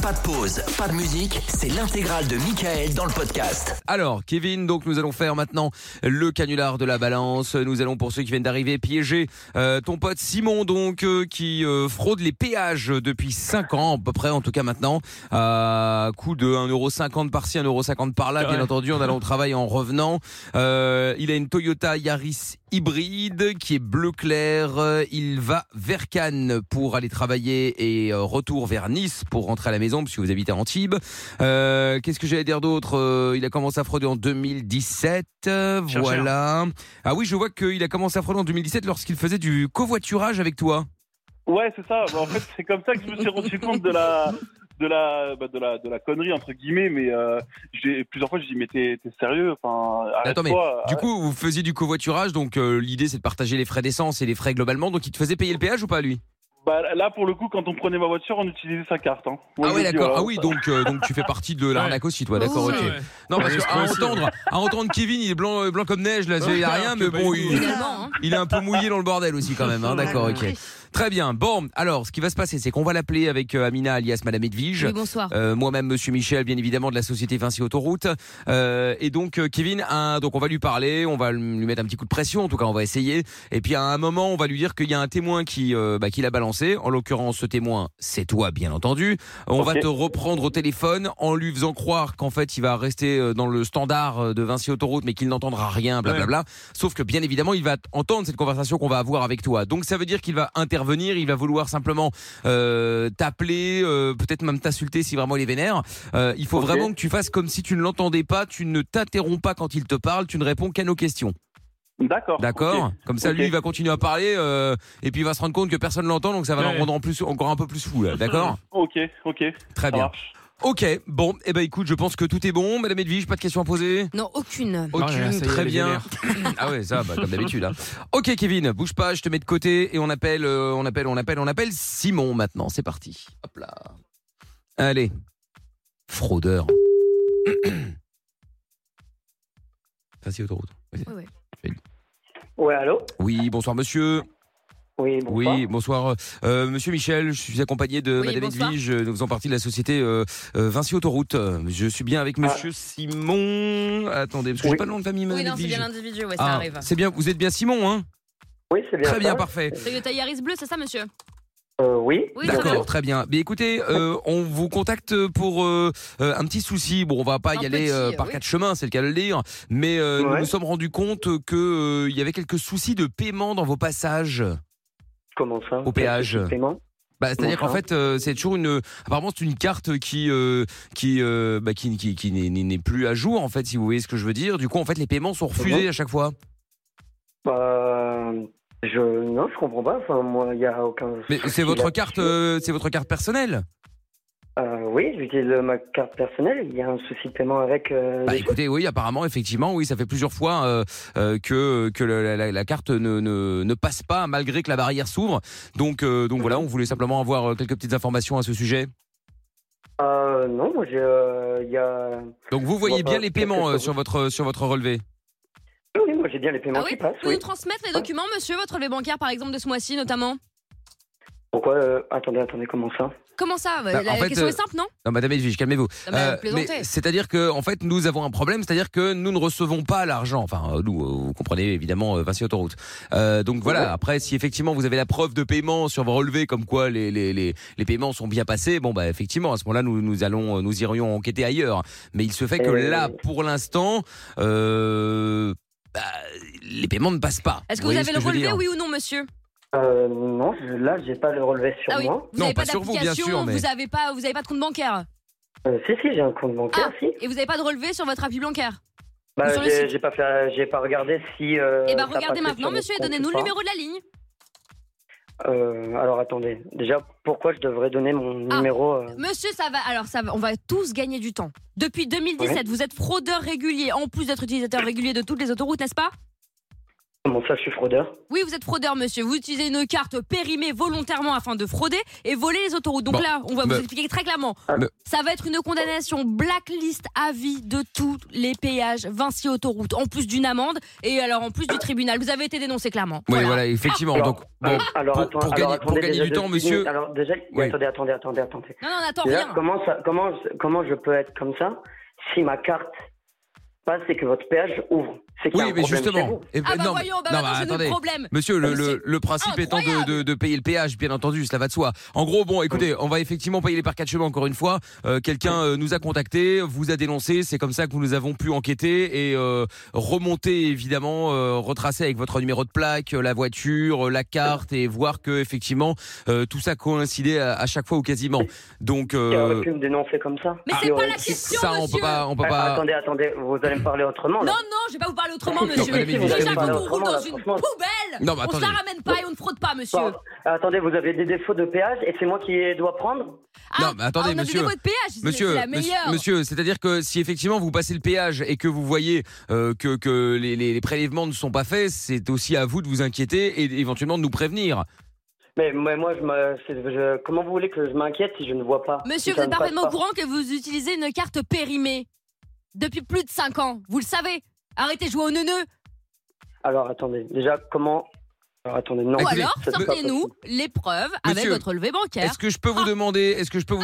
Pas de pause, pas de musique, c'est l'intégrale de Mickaël dans le podcast. Alors, Kevin, donc nous allons faire maintenant le canular de la balance. Nous allons, pour ceux qui viennent d'arriver, piéger ton pote Simon, donc qui fraude les péages depuis 5 ans, à peu près, en tout cas maintenant, à coût de 1,50€ par-ci, 1,50€ par-là, bien entendu, en allant au travail, en revenant. Il a une Toyota Yaris hybride qui est bleu clair. Il va vers Cannes pour aller travailler et retour vers Nice pour rentrer à la maison puisque vous habitez à Antibes. Qu'est-ce que j'allais dire d'autre? Il a commencé à frauder en 2017. Voilà. Ah oui, je vois qu'il a commencé à frauder en 2017 lorsqu'il faisait du covoiturage avec toi. Ouais, c'est ça. En fait, c'est comme ça que je me suis rendu compte de la connerie entre guillemets, mais plusieurs fois je dis mais t'es sérieux, enfin attends, mais du coup vous faisiez du covoiturage, donc l'idée c'est de partager les frais d'essence et les frais globalement, donc il te faisait payer le péage ou pas lui? Bah là pour le coup quand on prenait ma voiture on utilisait sa carte. Hein. Ah ouais d'accord. Voilà, ah oui donc tu fais partie de l'arnaque aussi toi, d'accord, ok. Ouais. Non parce qu'à entendre Kevin il est blanc comme neige là, il y a rien, mais bon il est un peu mouillé dans le bordel aussi quand même, hein, d'accord, ok. Très bien. Bon, alors, ce qui va se passer, c'est qu'on va l'appeler avec Amina, alias Madame Edwige. Oui, bonsoir. Moi-même, Monsieur Michel, bien évidemment, de la société Vinci Autoroute. Et donc, Kevin, donc on va lui parler, on va lui mettre un petit coup de pression, en tout cas, on va essayer. Et puis, à un moment, on va lui dire qu'il y a un témoin qui l'a balancé. En l'occurrence, ce témoin, c'est toi, bien entendu. On va te reprendre au téléphone en lui faisant croire qu'en fait, il va rester dans le standard de Vinci Autoroute, mais qu'il n'entendra rien, blablabla. Sauf que, bien évidemment, il va entendre cette conversation qu'on va avoir avec toi. Donc, ça veut dire qu'il va intervenir, il va vouloir simplement t'appeler, peut-être même t'insulter si vraiment il est vénère. Il faut vraiment que tu fasses comme si tu ne l'entendais pas, tu ne t'interromps pas quand il te parle, tu ne réponds qu'à nos questions. D'accord. Comme ça, lui, il va continuer à parler et puis il va se rendre compte que personne ne l'entend, donc ça va le rendre encore un peu plus fou, là. D'accord. Ok. Très bien. Ok, bon, écoute, je pense que tout est bon, Madame Edwige, pas de questions à poser? Non, aucune. Très bien. Ah ouais, ça, comme d'habitude. Hein. Ok, Kevin, bouge pas, je te mets de côté et on appelle Simon maintenant. C'est parti. Hop là. Allez, fraudeur. Facile autoroute. Ouais. Ouais, allô? Oui, bonsoir, monsieur. Oui, bonsoir. Oui, bonsoir. Monsieur Michel, je suis accompagné de Madame Edwige. Nous faisons partie de la société Vinci Autoroute. Je suis bien avec Monsieur Simon. Attendez, parce que j'ai pas le nom de famille, Madame Edwige. Oui, non, c'est bien l'individu, ouais, ça arrive. C'est bien, vous êtes bien Simon, hein? Oui, c'est bien. Très bien, parfait. Toyota Yaris bleu, c'est ça, monsieur? Oui. D'accord, très bien. Mais écoutez, on vous contacte pour un petit souci. Bon, on va pas y aller par quatre chemins, c'est le cas de le dire. Mais nous nous sommes rendus compte que il y avait quelques soucis de paiement dans vos passages. Comment ça? Au péage. C'est-à-dire qu'en fait, c'est toujours apparemment c'est une carte qui n'est plus à jour, en fait, si vous voyez ce que je veux dire. Du coup, en fait, les paiements sont refusés à chaque fois. Non, je comprends pas. Enfin, moi, il y a aucun. Mais c'est votre carte personnelle. Oui, j'utilise ma carte personnelle. Il y a un souci de paiement avec. Écoutez, oui, apparemment, effectivement, oui, ça fait plusieurs fois que la carte ne passe pas malgré que la barrière s'ouvre. Donc voilà, on voulait simplement avoir quelques petites informations à ce sujet. Non, moi il y a. Donc vous voyez bien les paiements sur votre relevé. Oui, moi j'ai bien les paiements qui passent. Vous pouvez nous transmettre les documents, monsieur, votre relevé bancaire, par exemple, de ce mois-ci, notamment? Pourquoi attendez, comment ça? Comment ça? La question est simple, non? Non, Madame Edwige, calmez-vous. Mais c'est-à-dire que, en fait, nous avons un problème, c'est-à-dire que nous ne recevons pas l'argent. Enfin, nous, vous comprenez évidemment Vinci Autoroute. Donc voilà. Après, si effectivement vous avez la preuve de paiement sur vos relevés, comme quoi les paiements sont bien passés, bon bah effectivement, à ce moment-là, nous irions enquêter ailleurs. Mais il se fait que là, pour l'instant, les paiements ne passent pas. Est-ce que vous avez le relevé, oui ou non, monsieur? Non, là, j'ai pas le relevé sur moi. Vous n'avez pas sur vous, bien sûr, mais... vous avez pas de compte bancaire? Si, j'ai un compte bancaire, si. Et vous n'avez pas de relevé sur votre appli bancaire? J'ai pas regardé si. Regardez maintenant, monsieur, et donnez-nous le numéro de la ligne. Alors attendez. Déjà, pourquoi je devrais donner mon numéro Monsieur, ça va. On va tous gagner du temps. Depuis 2017, vous êtes fraudeur régulier, en plus d'être utilisateur régulier de toutes les autoroutes, n'est-ce pas? Comment ça, je suis fraudeur? Oui, vous êtes fraudeur, monsieur. Vous utilisez une carte périmée volontairement afin de frauder et voler les autoroutes. Donc Bon, là, on va vous expliquer très clairement. Ça va être une condamnation blacklist à vie de tous les péages Vinci Autoroute, en plus d'une amende et alors en plus du tribunal. Vous avez été dénoncé clairement. Oui, voilà, effectivement. Alors, Donc, alors, pour gagner déjà, du temps, monsieur. Alors déjà, Oui. attendez. Non, on n'attend Déjà, rien. comment je peux être comme ça si ma carte passe et que votre péage ouvre? C'est qu'il y a Oui, un mais problème chez justement. vous. Eh ben, Ah bah non, voyons, bah non, maintenant, c'est attendez. notre problème. Monsieur, Ah, mais c'est le principe étant de payer le péage, bien entendu, cela va de soi. En gros, bon, écoutez, on va effectivement payer les par 4 chemins encore une fois. Quelqu'un nous a contacté, vous a dénoncé, c'est comme ça que nous avons pu enquêter et remonter évidemment, retracer avec votre numéro de plaque, la voiture, la carte et voir que effectivement tout ça coïncidait à chaque fois ou quasiment. Donc Qui aurait pu me dénoncer comme ça? Mais c'est pas la question, ça, monsieur. on peut pas. Attendez, vous allez me parler autrement là. Non, je vais pas vous parler autrement, Non, monsieur. madame, vous allez Déjà, me quand parler on roule autrement, dans là, une franchement. poubelle, Non, mais on se attendez. la ramène pas et on ne fraude pas, monsieur. Attendez, vous avez des défauts de péage et c'est moi qui dois prendre? Non, mais attendez, on a monsieur. des défauts de péage, c'est Monsieur, la meilleure. monsieur, c'est-à-dire que si effectivement vous passez le péage et que vous voyez que les prélèvements ne sont pas faits, c'est aussi à vous de vous inquiéter et éventuellement de nous prévenir. Mais moi, comment vous voulez que je m'inquiète si je ne vois pas? Monsieur, si vous ça êtes ne passe parfaitement pas? au courant que vous utilisez une carte périmée depuis plus de 5 ans. Vous le savez. Arrêtez de jouer au neuneu. Alors attendez, déjà comment? Alors attendez, non. Ou Écoutez, alors, c'est pas sortez-nous possible. les preuves avec Monsieur, votre relevé bancaire. Est-ce que je peux vous demander,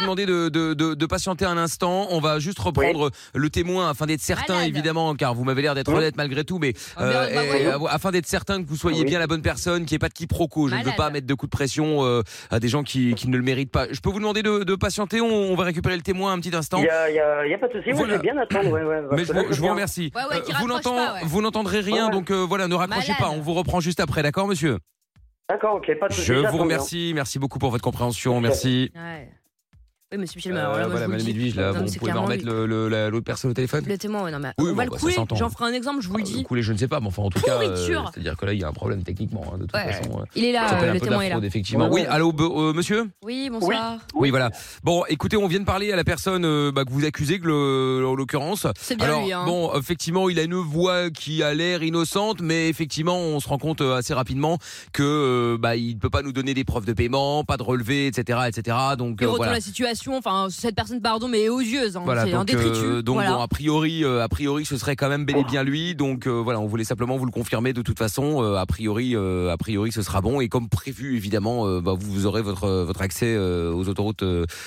de patienter un instant? On va juste reprendre le témoin afin d'être certain, Malade. évidemment, car vous m'avez l'air d'être Oui. honnête malgré tout, mais Ah, bah, voyons. afin d'être certain que vous soyez Oui. bien la bonne personne, qu'il n'y ait pas de quiproquo. Je ne veux Malade. pas mettre de coups de pression à des gens qui ne le méritent pas. Je peux vous demander de patienter? On va récupérer le témoin un petit instant. Il y a pas de souci, moi Voilà. je vais bien attendre. Ouais, Mais je vous remercie. Ouais, qui raccroche pas, ouais. Vous n'entendrez rien, Ouais. donc voilà, ne raccrochez Malade. pas. On vous reprend juste après, d'accord, monsieur? D'accord, ok, pas de souci. Je j'attends vous bien. remercie. Merci beaucoup pour votre compréhension. Merci. Ouais. Oui, monsieur Michel, alors là, moi, Voilà, je vous le Madame dis. Edwige, là, Non, vous mais c'est pouvez me clairement remettre l'autre personne au téléphone? Le témoin, ouais, non, mais Oui, on bon, va le bah, ça couler. s'entend. J'en ferai un exemple, je vous le dis. Couler, je ne sais pas, mais enfin, en tout cas, Pourriture. c'est-à-dire que là, il y a un problème techniquement, hein, de toute Ouais. façon. Il est Ça là, s'appelle un le peu de témoin la est là. fraude, effectivement. Ouais, Oui, allô, monsieur? Oui, bonsoir. Oui, voilà. Bon, écoutez, on vient de parler à la personne que vous accusez, en l'occurrence. C'est bien Alors, lui, hein. bon, effectivement, il a une voix qui a l'air innocente, mais effectivement, on se rend compte assez rapidement que il ne peut pas nous donner des preuves de paiement, pas de relevé, etc., etc. Donc Il retourne voilà. la situation, enfin, cette personne, pardon, mais est odieuse, hein. Voilà, C'est un donc, détritus. donc Voilà. bon, a priori, ce serait quand même bel et bien lui. Donc voilà, on voulait simplement vous le confirmer de toute façon. A priori, ce sera bon. Et comme prévu, évidemment, vous aurez votre accès aux autoroutes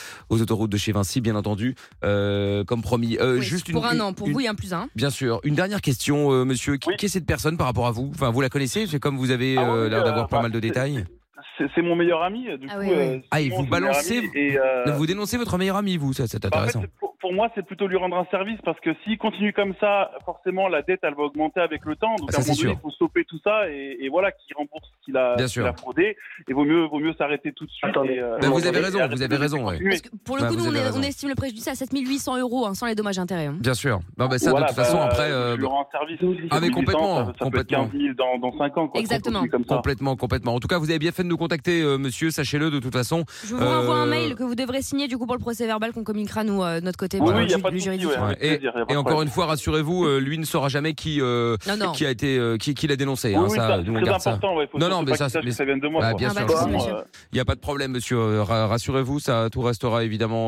de chez Vinci, bien entendu, comme promis. Oui, Juste pour un an, pour vous, il y a un plus un. Bien sûr. Une dernière question, monsieur. Oui. Qui est cette personne par rapport à vous? Enfin, vous la connaissez? C'est comme vous avez Ah oui, l'air d'avoir pas mal de détails. C'est mon meilleur ami, du Ah coup. oui, oui. Ah, et souvent, vous c'est mon meilleur balancez- ami, et, Vous dénoncez votre meilleur ami, vous? Ça, c'est Bah, en fait, intéressant. pour moi, c'est plutôt lui rendre un service parce que s'il continue comme ça, forcément, la dette, elle va augmenter avec le temps. Donc, Ah, ça, à un c'est moment donné, sûr. il faut stopper tout ça et voilà, qu'il rembourse ce qu'il a, Bien ce sûr. qu'il a fraudé. Et vaut mieux s'arrêter tout de suite. Attendez. Et, Ben, vous avez et raison, arrêter vous avez de raison, ouais. continuer. Parce que pour le Bah, coup, vous nous, avez raison. on estime le préjudice à 7800 € sans les dommages et intérêts. hein. Bien sûr. Non, ben ça, Voilà, de toute façon, après. je lui rends un service. Ah, mais 1800, complètement, ça peut être 15 000 dans 5 ans. Quoi, Exactement. si on continue comme ça. Complètement. En tout cas, vous avez bien fait de nous contacter, monsieur. Sachez-le, de toute façon. Je vous renvoie un mail que vous devrez signer du coup pour le procès verbal qu'on communiquera nous de notre côté. Oui, pour il n'y a le pas de souci. juridique. Ouais, avec Et, plaisir, y a pas et de encore problème. une fois, rassurez-vous, lui ne saura jamais qui Non. a été qui l'a dénoncé. Oui, Hein, oui, ça, ça, nous, c'est on très garde ça. important. Ouais, faut Non, surtout mais pas ça, qu'il sache mais que ça vient de moi. Ah, quoi. bien Ah, sûr. bah, Vraiment, monsieur. Il n'y a pas de problème, monsieur. Rassurez-vous, ça tout restera évidemment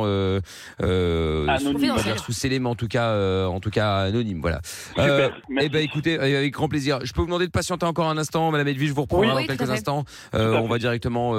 Anonyme. on va dire sous scellé, mais en tout cas anonyme. Voilà. Super, merci. Eh ben écoutez, avec grand plaisir. Je peux vous demander de patienter encore un instant, Madame Edwige, je vous reprendrai Oui, dans tout quelques à fait. instants. à fait. On va directement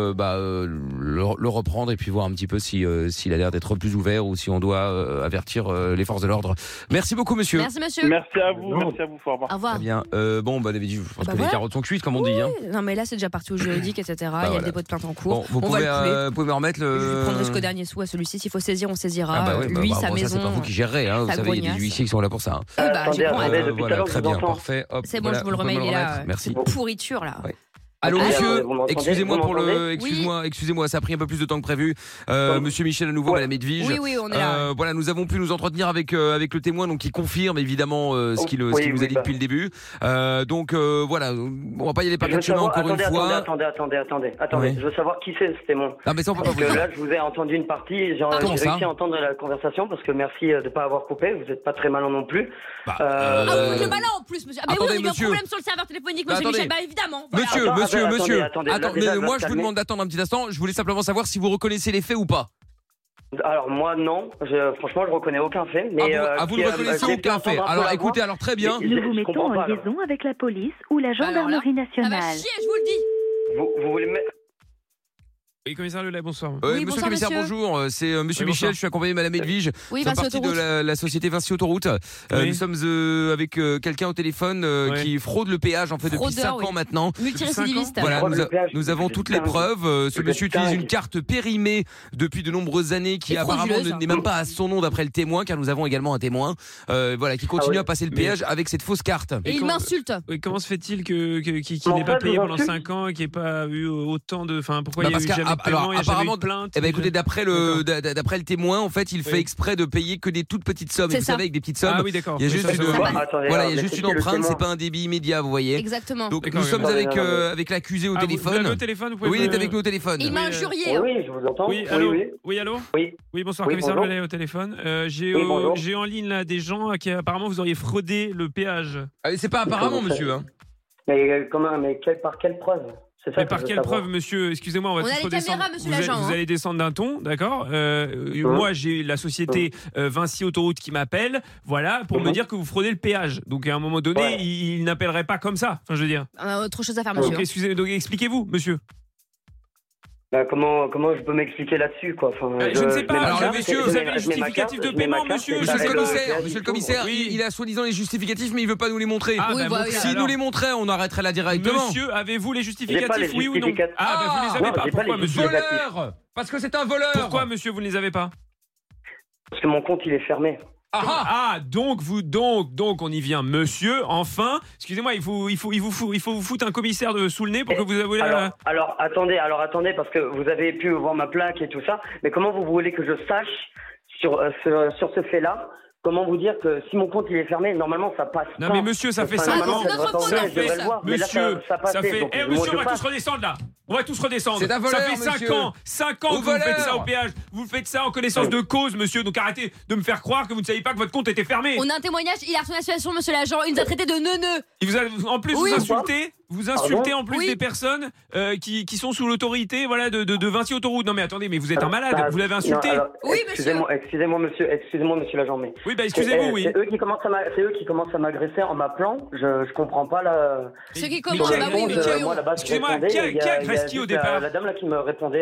le reprendre et puis voir un petit peu s'il a l'air d'être plus ouvert ou si on doit avertir les forces de l'ordre. Merci beaucoup, monsieur. Merci monsieur. Merci à vous. Merci à vous. Au revoir. Au revoir. Très bien. Bon, Madame Edwige, je pense Bah que voilà. les carottes sont cuites, comme on dit. Hein. Non mais là c'est déjà parti au juridique, etc. Il y a voilà. le dépôt de plainte en cours. Bon, vous on va le couler. pouvez me remettre Je le. prendrai jusqu'au dernier sou à celui-ci. S'il faut saisir, on saisira. Ah bah ouais, Lui, bah, sa bon, maison. ça, c'est pas vous qui gérerez, hein. Vous sa savez, il y a des grognasse. huissiers qui sont là pour ça. Hein. Bah, j'y Attendez, prends, attendez, ouais. depuis tout à Voilà, l'heure, très je vous bien, entends. parfait. Hop, C'est bon, voilà, je vous le vous pouvez remets, me il est là. remettre. Merci. Pourriture là. Ouais. Allô, monsieur. Vous m'entendez ? Excusez-moi Vous pour le, m'entendez ? excusez-moi, ça a pris un peu plus de temps que prévu. Monsieur Michel à nouveau, Madame Edwige. Oui, on est là. Voilà, nous avons pu nous entretenir avec le témoin, donc qui confirme évidemment ce qu'il nous a dit depuis le début. Donc voilà, on va pas y aller par quatre chemins encore une fois. Attendez. Ouais. Je veux savoir qui c'est ce témoin. Non mais ça on peut pas Parce vous que dire. là, je vous ai entendu une partie, j'ai Comment ça réussi à entendre la conversation parce que merci de ne pas avoir coupé, vous n'êtes pas très malin non plus. Ah, vous êtes malin en plus, monsieur. Ah, mais Attendez, oui, il y a eu un monsieur. problème sur le serveur téléphonique, Bah, monsieur attendez. Michel. Bah, évidemment. Voilà. Monsieur. Attendez, Attends, déjà, mais moi je vous calmer. demande d'attendre un petit instant. Je voulais simplement savoir si vous reconnaissez les faits ou pas. Alors moi non, franchement je reconnais aucun fait. Mais Vous ne reconnaissez aucun fait. Alors écoutez, alors très bien. Mais- Nous vous je mettons comprends en pas, là. liaison avec la police ou la Alors là, gendarmerie ça va nationale. chier, je vous le dis. Vous voulez mettre... Oui, commissaire Lelay, bonsoir. Oui, Monsieur le bonsoir, commissaire, monsieur. bonjour. C'est monsieur Oui, Michel. bonsoir. Je suis accompagné de Madame Edwige. Oui, Nous sommes Vinci partie de Autoroute. la société Vinci Autoroute. Oui. Nous sommes avec quelqu'un au téléphone qui fraude le péage en fait depuis Fraudeur, 5 ans oui. maintenant. Multirécidiviste. Voilà, Fraude le péage. nous avons Vous toutes êtes les dingue. preuves. Ce Vous monsieur êtes utilise dingue. une carte périmée depuis de nombreuses années qui Et apparemment frauduleuse. n'est même pas à son nom d'après le témoin, car nous avons également un témoin voilà, qui continue oui. à passer le Mais- péage avec cette fausse carte. Et il quand- m'insulte. Oui, comment se fait-il qu'il Comment n'ait pas ça, payé je vous pendant insulte 5 ans et qu'il n'ait pas eu autant de. Enfin, pourquoi Bah, il y a parce eu qu'à- jamais de alors, paiement, il y a jamais apparemment, eu de plainte Eh ben écoutez, d'après le témoin, en fait, il fait Oui. exprès de payer que des toutes petites sommes. Et C'est vous ça. savez, avec des petites sommes, Ah oui, d'accord. il y a Oui, juste ça, une, je sais. Attendez, voilà, alors, il y a mais juste c'est une qui le empreinte, témoin c'est pas un débit immédiat, vous voyez. Exactement. Donc D'accord, nous sommes oui. avec l'accusé au Ah, vous l'avez téléphone. au téléphone, vous pouvez Oui, il me- est avec nous au téléphone. Il m'a Oui, injurié. Oui, je vous entends. Oui, allô oui. Oui, allô Oui. Oui, bonsoir, Oui, commissaire bonjour. Lelay au téléphone. J'ai Oui, bonjour. j'ai en ligne là des gens qui apparemment vous auriez fraudé le péage. Ah, c'est pas apparemment, Comment ça monsieur. Hein. Mais comment, par quelle preuve? C'est ça Mais que par je veux quelle savoir. preuve, monsieur Excusez-moi, on va On a tous les redescendre. caméras, monsieur vous, l'agent, vous hein. allez descendre d'un ton, d'accord Moi, j'ai la société Vinci Autoroute qui m'appelle, voilà, pour me dire que vous fraudez le péage. Donc à un moment donné, Ouais. il n'appellerait pas comme ça. Enfin, je veux dire. On a autre chose à faire, Donc, monsieur. excusez, donc expliquez-vous, monsieur. Bah, comment je peux m'expliquer là-dessus, quoi? Enfin, Je ne sais pas. mets ma Alors, carte, monsieur, je vous mets- avez les je mets ma carte, justificatifs de je mets ma paiement, carte, monsieur. et Monsieur ça, le elle commissaire, le monsieur le tout. commissaire, Oui. il a soi-disant les justificatifs, mais il veut pas nous les montrer. Ah, Oui, bah, bah, vous- oui, S'il alors. nous les montrait, on arrêterait là directement. Monsieur, avez-vous les J'ai pas les justificatifs, oui ou non justificatifs. Ah, bah vous les avez non, pas. j'ai pas Pourquoi, les monsieur justificatifs. Voleur. Parce que c'est un voleur. Pourquoi, monsieur, vous ne les avez pas Parce que mon compte, il est fermé. Ah, donc on y vient, monsieur. Enfin, excusez-moi, il faut vous foutre un commissaire sous le nez pour que vous avouiez. Alors, attendez, parce que vous avez pu voir ma plaque et tout ça, mais comment vous voulez que je sache sur ce fait-là? Comment vous dire que si mon compte il est fermé, normalement ça passe Non pas. mais monsieur, ça fait Enfin, 5 normalement, ans. c'est notre devrait faute, tomber, en je devrais plus. le voir, mais là, Monsieur, ça passait, fait. donc, Eh moi, monsieur, je on va passe. tous redescendre là. On va tous redescendre. C'est un voleur, ça fait 5 monsieur. ans. 5 ans Au que vous faites ça voleur. au péage. Vous faites ça en connaissance de cause, monsieur. Donc arrêtez de me faire croire que vous ne saviez pas que votre compte était fermé. On a un témoignage, il a reçu la situation, monsieur l'agent. Il nous a traité de neuneux. Il vous a, en plus, Oui. vous insultez en plus Oui. des personnes qui sont sous l'autorité, voilà, de Vinci Autoroute. Non mais attendez, mais vous êtes un malade. Bah, Vous l'avez non, insulté. alors, Oui, excusez-moi, monsieur l'agent, mais. Oui, bah excusez-vous, oui. C'est eux qui commencent à m'agresser en m'appelant. Je comprends pas la. Ceux qui Mais commandent, qui a- bah oui, mais mais qui a- qui moi, là-bas, je Excusez-moi, répondais, qui il y a agresse qui au juste départ la dame là qui me répondait.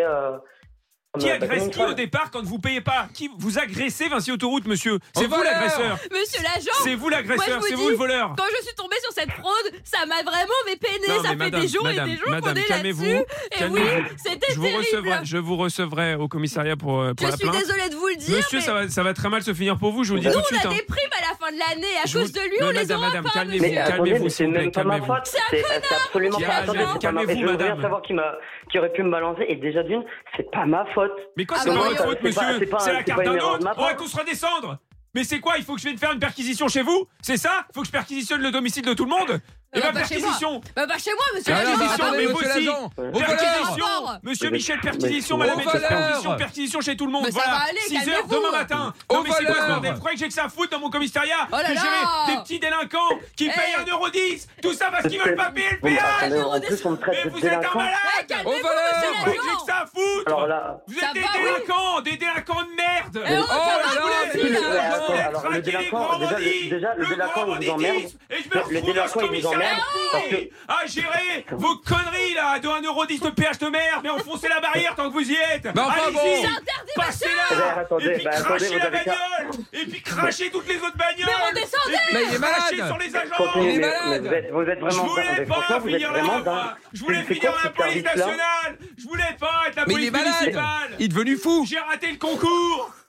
Qui agresse qui au départ quand vous payez pas? Qui vous agressez Vinci Autoroute, monsieur? C'est Au vous voleur. l'agresseur. Monsieur l'agent, C'est vous l'agresseur, Moi, je c'est vous vous dis, le voleur. quand je suis tombée sur cette fraude, ça m'a vraiment peiné. Non, Ça mais fait madame, des jours madame, et des jours qu'on madame, est calmez-vous, là-dessus. Et oui, calmez-vous. c'était terrible. Je vous recevrai au commissariat pour Je la suis plainte. désolée de vous le dire. Monsieur, mais ça va très mal se finir pour vous, je vous le dis nous, tout de on suite. a hein. des primes à la fin de l'année. À Je cause vous- de lui, Non, on les madame, aura madame, pas. calmez-vous. Mais attendez, calmez-vous, mais s'il c'est vous plaît, même pas ma calmez-vous. faute. C'est absolument Qui pas. a- Attendez, qui a- c'est pas ma- calmez-vous, et je voudrais madame. savoir qui aurait pu me balancer. Et déjà d'une, c'est pas ma faute. Mais quoi, Ah c'est bah pas voyons. votre faute, C'est pas- monsieur? c'est pas- C'est la c'est carte pas une d'un erreur de autre. ma On va part. tous redescendre. Mais c'est quoi? Il faut que je vienne faire une perquisition chez vous? C'est ça? Il faut que je perquisitionne le domicile de tout le monde? Et Bah, ma pas chez perquisition. Bah, chez moi, monsieur Alors, l'agent. Perquisition, attendez, mais vous monsieur aussi. l'agent. Au voleur. Perquisition. voleur. Monsieur Mais- Michel, perquisition, mais- madame, Au perquisition, voleur. perquisition chez tout le monde. Mais ça Voilà. va aller, 6 heures calmez-vous. demain matin. Au Non, mais c'est quoi ce voleur. bordel? Vous croyez que j'ai que ça à foutre dans mon commissariat? Oh là Que là. j'ai des petits délinquants qui payent 1,10 €. Tout ça parce qu'ils veulent pas payer le Bon, péage. attendez, en plus, on me Mais traite de vous êtes un délinquant. malade. Ouais, calmez-vous, Au voleur. monsieur Vous croyez que j'ai que l'agent. ça à foutre? Alors là. Vous Ça êtes des va, oui. délinquants de merde. Eh oh, ça va, là vous là, aussi, monsieur là. l'agent. Alors, le délinquant, déjà, le délinquant, il vous emmerde. Et je me Le retrouve délinquant, dans ce il vous emmerde. Parce que. à gérer vos conneries là de 1,10 € de péage de merde, mais enfoncez la barrière tant que vous y êtes. Mais enfin, Allez-y, bon. C'est interdit, passez Eh ben, là, attendez, et puis bah, attendez, crachez vous la avez qu'à- bagnole, et puis crachez toutes les autres bagnoles. Mais redescendez. Mais il est Crachez malade. sur les agents. Continuez, Il est mais malade. vous êtes Je vraiment voulais dingue. pas Franchement, vous êtes finir vraiment là, moi. dingue. Je voulais C'est finir quoi à la ce police service-là nationale. Je voulais pas être la Mais il police est malade. municipale. Il est devenu fou. J'ai raté le concours.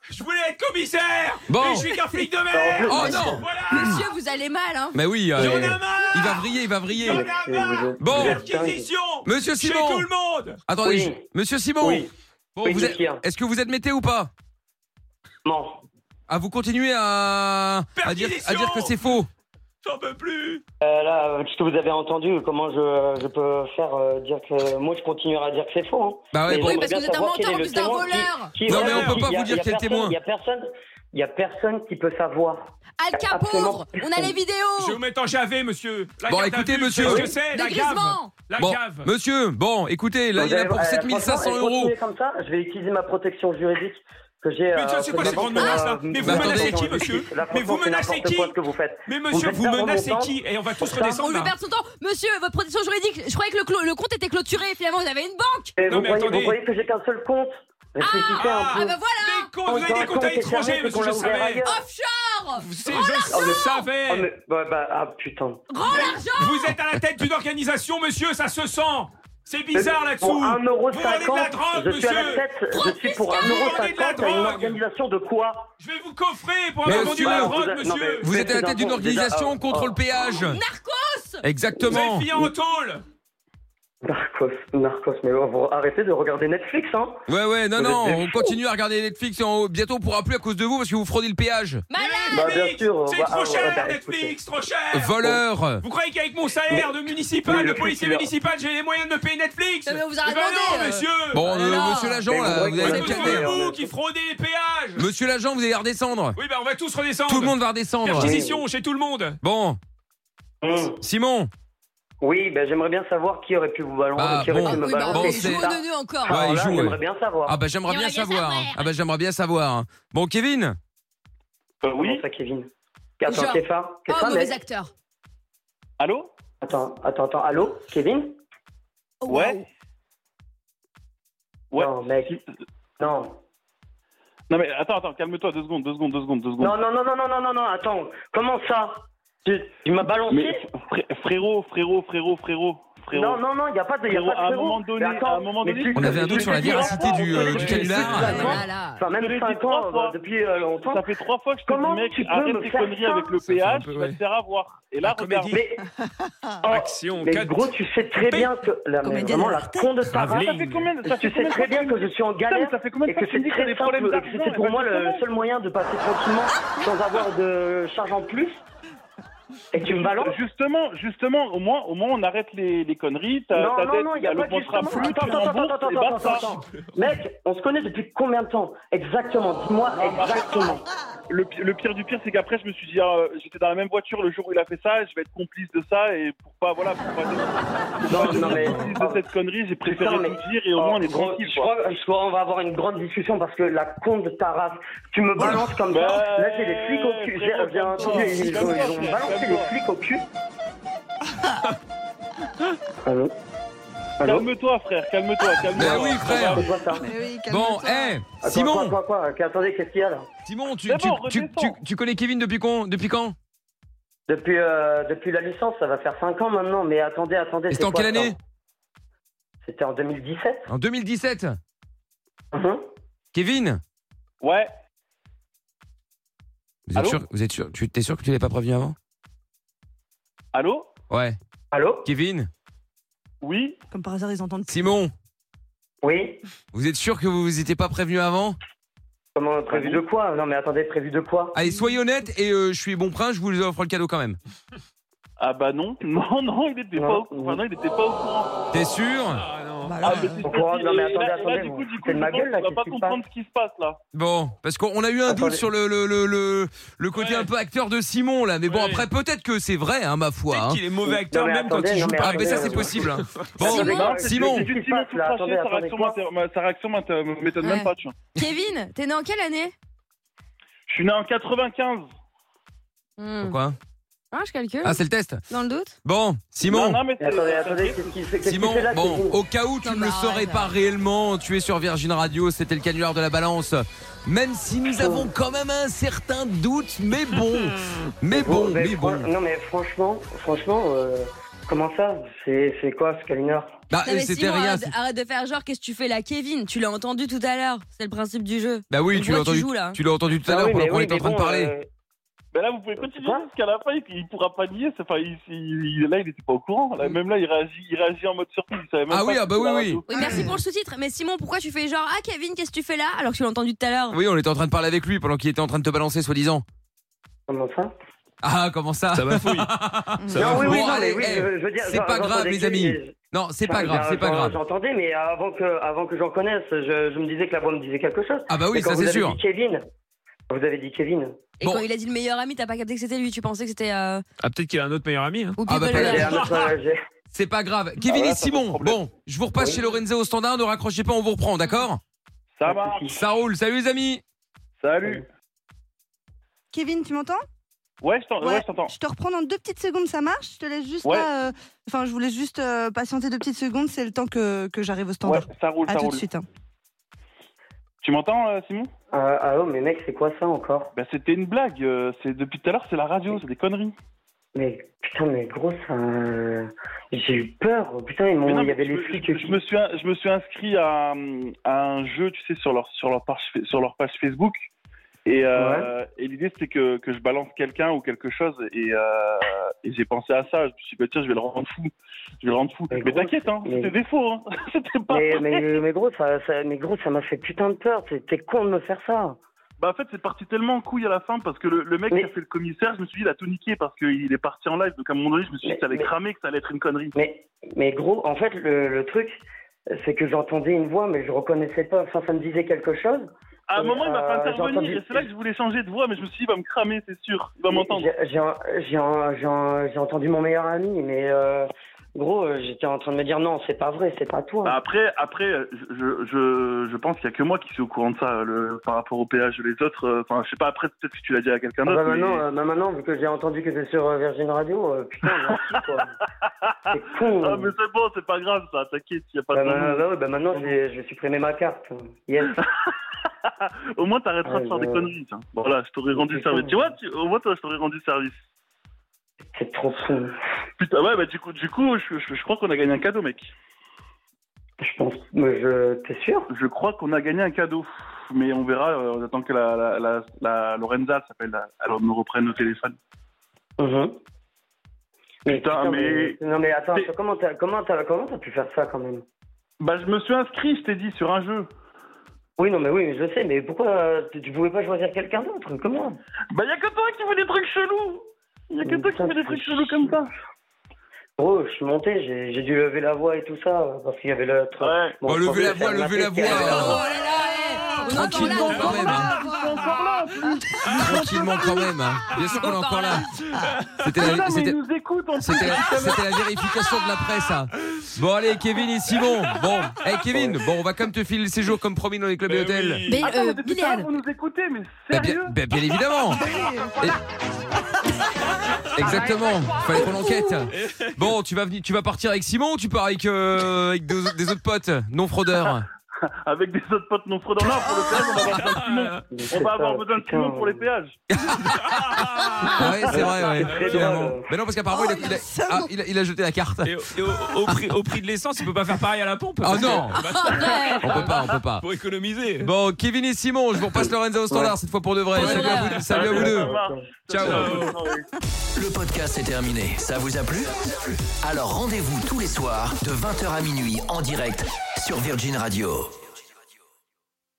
Je voulais être commissaire. Bon. Mais je suis qu'un flic de merde. Oh non. Voilà. Monsieur, vous allez mal, hein. Mais oui, J'en ai marre. il va vriller. J'en ai marre. Bon. Perquisition. Monsieur Chez Simon. tout le monde. Attendez, Oui. Monsieur Simon. Oui. Bon, Oui, vous êtes- monsieur. est-ce que vous êtes mété ou pas? Non. Ah, vous continuez à dire que c'est faux. J'en peux plus. Là, ce que vous avez entendu, comment je peux faire dire que... Moi, je continuerai à dire que c'est faux. Hein. Bah ouais, Mais bon. Oui, j'aimerais parce que bien vous êtes un savoir quel menteur est en le plus d'un témoin voleur. Non, mais on peut pas vous dire quel témoin. Il y a personne qui peut savoir. Al Absolument. Capouvre, on a les Je vais vidéos. vous mettre en javé, monsieur. La Bon, garde à écoutez, vue, monsieur. vous savez ce que c'est, la gave. Déguisement. La Bon, gave. monsieur, bon, écoutez, là, il y en a pour 7500 euros. Continuez comme ça, je vais utiliser ma protection juridique que j'ai. Mais c'est quoi ces grandes menaces là? Mais vous Bah, menacez attendez. qui, monsieur? Là, Mais vous franchement, c'est menacez n'importe qui? quoi ce que vous faites. Mais Vous monsieur, faites vous perdre menacez mon temps. qui? Et on va tous Ça, On redescendre lui là. perd son temps. Monsieur, votre protection juridique, je croyais que le compte était clôturé. Finalement, vous avez une banque. Et Non, vous mais voyez, attendez. vous voyez que j'ai qu'un seul compte. Réfléchissez un Ah peu. bah voilà. Des comptes, vous avez des comptes à l'étranger, monsieur, je savais. Offshore. Je savais. Ah, mais, putain. Grand l'argent. Vous êtes à la tête d'une organisation, monsieur, ça se sent. C'est bizarre là-dessous. Pour 1,50 €, Vous vendez de la drogue, je suis à la monsieur. tête, je suis pour Vous vendez de la 1,50 € à une drogue. organisation de quoi? Je vais vous coffrer pour Mais avoir vendu de la monsieur, drogue, non, monsieur. mais- Vous êtes à la tête d'une organisation contre le péage. Narcos. Vous avez Exactement. fini en tôle. Narcos, mais vous arrêtez de regarder Netflix, hein? Ouais, non, Vous non, êtes des on continue à regarder Netflix. Bientôt, on pourra plus à cause de vous parce que vous fraudez le péage. Malade. Bah, bien Netflix, sûr, c'est bah, trop cher, bah, Netflix, trop cher. Voleur. Vous croyez qu'avec mon salaire de municipal, Mais de le policier truc, municipal, j'ai les moyens de me payer Netflix? Mais on vous a Eh ben demandé, non, monsieur. Bon, Alors. monsieur l'agent, Mais là, vous vous voyez allez C'est qu'on vous a tous calmer. demandé. vous qui fraudez les péages. Monsieur l'agent, vous allez redescendre. Oui, bah on va tous redescendre. Tout le monde va redescendre. Perquisition chez tout le monde. Bon, Simon. Oui, ben j'aimerais bien savoir qui aurait pu vous balancer, Ah, qui aurait bon. pu me Oui, bah, balancer. Bon, il c'est- joue au neuneu encore. Ouais, Alors il là, joue, j'aimerais bien savoir. Ah bah j'aimerais bien J'aimerais bien savoir. savoir. Ah bah j'aimerais bien savoir. Bon, Kevin. Oui. Comment ça, Kevin? Attends, Genre. Kefa, Oh, mauvais mec. acteur. Allô? Attends, allô, Kevin? Oh, Ouais. Ouais. Non, mec. Non. Non mais attends, calme-toi, 2 secondes. Non, attends. Comment ça? Tu m'as balancé? Mais frérot. Non, il n'y a pas de Frérot, à un frérot. moment donné, Mais attends, mais tu- On avait un tu- doute tu- sur la tu- véracité tu- du tu- canular. tu- là tu- là là. Enfin, même Je te l'ai 5 dit ans, 3 fois. depuis longtemps. Ça fait 3 fois que je te Comment dis, mec, tu peux arrête me tes faire conneries ça? avec le Ça fait un péage, peu, tu vas ouais. te faire avoir. Et là, La regarde. comédie. Mais, Action mais 4. gros, tu sais très bien que mais Comédienne vraiment à la la con de ta race. Travelling. Ça fait combien de ça Tu fait sais très bien que je suis en Putain, galère mais ça fait combien de et que temps que tu c'est me dis que t'as très des problèmes simple, d'argent, que c'est pour moi le exactement. seul moyen de passer tranquillement sans avoir de charge en plus. Et tu me balances? Justement, au moins, on arrête les conneries. Ta Non, dette, il n'y a elle pas de augmentera justement. plus, tu rembourses, et basta. Mec, on se connaît depuis combien de temps? Exactement, dis-moi exactement. Le pire du pire, c'est qu'après, je me suis dit, j'étais dans la même voiture le jour où il a fait ça, je vais être complice de ça, et pour pas Non, mais- complice de cette connerie, j'ai préféré Putain, mais- tout dire, et au moins, on est Gros, tranquille, je quoi. crois qu'on va avoir une grande discussion parce que la con de ta race, tu me balances comme ça. Bah, Là, j'ai les flics au cul. J'ai entendu, ils ont balancé les flics au cul. Allô? Calme-toi, frère, calme-toi. Bah oui, frère. C'est quoi ça? Bon, Attends, Simon. Quoi? Attendez, qu'est-ce qu'il y a là? Simon, tu redescends. connais Kevin depuis quand? Depuis la licence, ça va faire 5 ans maintenant, mais attendez. Et c'était en quoi, quelle ça? année? C'était en 2017. En 2017. Mhm. Kevin, Ouais. Allô vous êtes sûr? T'es sûr que tu l'avais pas prévenu avant? Allô? Ouais. Allô? Kevin, Oui? Comme par hasard, ils entendent. Simon, Oui? vous êtes sûr que vous étiez pas prévenu avant? Comment, prévu de quoi? Non mais attendez, prévu de quoi? Allez, soyez honnête et je suis bon prince, je vous offre le cadeau quand même. Ah bah non, il était pas au courant. Non, il était pas au courant. T'es sûr? Ah non. Bah alors, mais c'est Au courant, non, mais et là, attendez, du vous coup, foutez de ma gueule, là, tu vas pas qu'est-ce qui se comprendre ce qui se passe là. Bon, parce qu'on a eu un doute Attendez. sur le côté Ouais. un peu acteur de Simon là, mais bon Ouais. après peut-être que c'est vrai, hein, ma foi. Peut-être Hein. qu'il est mauvais acteur Non, mais même quand attendez, il joue non, mais pas. Ah mais ça attendez, c'est possible. Hein. Bon, Simon. C'est juste Simon tout là, craché, sa attendez, quoi? réaction m'étonne Ouais. même pas, tu vois. Kevin, t'es né en quelle année? Je suis né en 95. Pourquoi? Ah, je calcule. Ah c'est le test. Dans le doute. Bon, Simon. Non, mais Attendez, qu'est-ce qu'il Simon, fait là, bon, Kevin? au cas où tu Non, ne mais le saurais arrête. pas réellement, tu es sur Virgin Radio, c'était le canular de la balance. Même si nous avons quand même un certain doute, mais bon. Non mais franchement, Comment ça? C'est quoi, Scalineur? Bah, Non, mais c'était Simon, rien. arrête de faire genre, qu'est-ce que tu fais là, Kevin? Tu l'as entendu tout à l'heure. C'est le principe du jeu. Bah oui, Donc, tu l'as pourquoi entendu. joues, là Tu l'as entendu tout à Ah l'heure oui, pendant mais qu'on oui, était en mais train de bon, parler. Ben là, vous pouvez continuer Quoi jusqu'à la fin, il pourra pas nier. Enfin, là, il était pas au courant. Là, même là, il réagit en mode surprise. Il savait même Ah pas oui, que ah bah c'était oui, la oui. radio. Oui, merci pour le sous-titre. Mais Simon, pourquoi tu fais genre, ah Kevin, qu'est-ce que tu fais là? Alors que tu l'as entendu tout à l'heure. Oui, on était en train de parler avec lui pendant qu'il était en train de te balancer, soi-disant. Comment ça? Ah, comment ça? Ça bafouille. Non, oui, Bon, non, allez, mais oui, eh, je veux dire, c'est pas grave, j'entendais les que- amis. Non, c'est pas grave, c'est pas grave. J'entendais, mais avant que j'en connaisse, je me disais que la voix me disait quelque chose. Ah bah oui, Mais quand ça vous c'est avez sûr. dit Kevin. Vous avez dit Kevin. Et Bon. quand il a dit le meilleur ami, t'as pas capté que c'était lui. Tu pensais que c'était. Ah, peut-être qu'il a un autre meilleur ami. Hein. Ou Ah bah, People pas- J'ai Love. un autre- j'ai- C'est pas grave. Kevin voilà, et ça pose Simon, problème. bon, je vous repasse Oui. chez Lorenzo au standard, ne raccrochez pas, on vous reprend, d'accord? Ça Pas de marche. souci. Ça roule, salut les amis. Salut. Kevin, tu m'entends? Ouais, je t'entends. Je te reprends dans 2 petites secondes, ça marche? Je te laisse juste Ouais. là. Enfin, je vous laisse juste patienter 2 petites secondes, c'est le temps que j'arrive au Ouais, standard. ça roule, À ça tout roule. de suite. Hein. Tu m'entends, Simon? Ah oh, mais mec, c'est quoi ça encore? Ben, c'était une blague. C'est depuis tout à l'heure, c'est la radio, c'est des conneries. Mais putain, mais gros, ça. J'ai eu peur. Putain, Mais non, il y mais avait les flics. je me suis inscrit à un jeu, tu sais, sur leur page Facebook. Et l'idée, c'était que je balance quelqu'un ou quelque chose. Et j'ai pensé à ça. Je me suis dit, bah, tiens, je vais le rendre fou. Mais Mais gros, t'inquiète, hein, mais- c'était des faux. Hein. C'était pas Mais, vrai. mais gros, ça m'a fait putain de peur. T'es con de me faire ça. Bah, en fait, c'est parti tellement en couille à la fin parce que le mec Mais- qui a fait le commissaire, je me suis dit, il a tout niqué parce qu'il est parti en live. Donc, à un moment donné, je me suis dit que ça allait Mais- cramer, que ça allait être une connerie. Mais gros, en fait, le truc, c'est que j'entendais une voix, mais je reconnaissais pas. Enfin, ça me disait quelque chose. À un moment, il m'a fait j'ai intervenir entendu- et c'est là que je voulais changer de voix, mais je me suis dit, il va me cramer, c'est sûr. Il va m'entendre. J'ai entendu mon meilleur ami, mais gros, j'étais en train de me dire non, c'est pas vrai, c'est pas toi. Bah, après, je pense qu'il y a que moi qui suis au courant de ça, par rapport au péage. Les autres, enfin, je sais pas. Après, peut-être que tu l'as dit à quelqu'un d'autre. mais- Maintenant, vu que j'ai entendu que c'est sur Virgin Radio, putain, merci, quoi. C'est con. Ah, mais c'est bon, c'est pas grave, ça. T'inquiète, il y a pas de. Maintenant, je vais supprimer ma carte. Yes. Au moins, t'arrêteras de Ouais, faire des ouais. conneries. Tiens. Voilà, je t'aurais rendu Putain. service. Tu vois, au moins, toi, je t'aurais rendu service. C'est trop fou. Putain, ouais, bah du coup, je crois qu'on a gagné un cadeau, mec. Je pense. Mais t'es sûr? Je crois qu'on a gagné un cadeau. Mais on verra, on attend que la Lorenza, elle s'appelle, elle me reprenne au téléphone. Mhm. Putain, mais- Non, mais attends, C'est- comment t'as pu faire ça quand même? Bah, je me suis inscrit, je t'ai dit, sur un jeu. Oui, je sais, mais pourquoi tu pouvais pas choisir quelqu'un d'autre? Comment? Bah, y'a que toi qui fais des trucs chelous. Y'a que toi qui Putain, fais des trucs chelous comme ça. Gros, je suis monté, j'ai dû lever la voix et tout ça, parce qu'il y avait le... Ouais. Bon, je levez la pensais voix, faire levez la tête, voix. Oh là là, on entend Tranquillement, la quand même, hein. voix. Tranquillement quand même. Hein. Bien sûr qu'on est encore là. C'était Putain, la, mais c'était, ils nous écoutent, en c'était la vérification de la presse. Hein. Bon allez, Kevin et Simon. Bon, hey Kevin, bon on va comme te filer le séjour comme promis dans les clubs et hôtels. oui. Mais Attends, mais depuis tout à l'heure, Bilal, vous nous écoutez, mais Bah, sérieux? bien évidemment. Exactement. Fallait qu'on enquête. Bon, tu vas partir avec Simon ou tu pars avec des autres potes non fraudeurs? Avec des autres potes non fraudants. Non, pour le péage, on va avoir besoin de Simon. On va avoir besoin de Simon pour les péages. Ah ouais, c'est vrai, ouais. très Finalement. drôle. Mais non, parce qu'apparemment il a jeté la carte. Et au prix de l'essence, il peut pas faire pareil à la pompe. Ah parce que- non. On peut pas. Pour économiser. Bon, Kevin et Simon, je vous repasse Lorenzo au standard cette fois pour de vrai. Ouais. Salut à vous deux. Ça marche. Ciao. Le podcast est terminé. Ça vous a plu? Alors rendez-vous tous les soirs de 20h à minuit en direct sur Virgin Radio.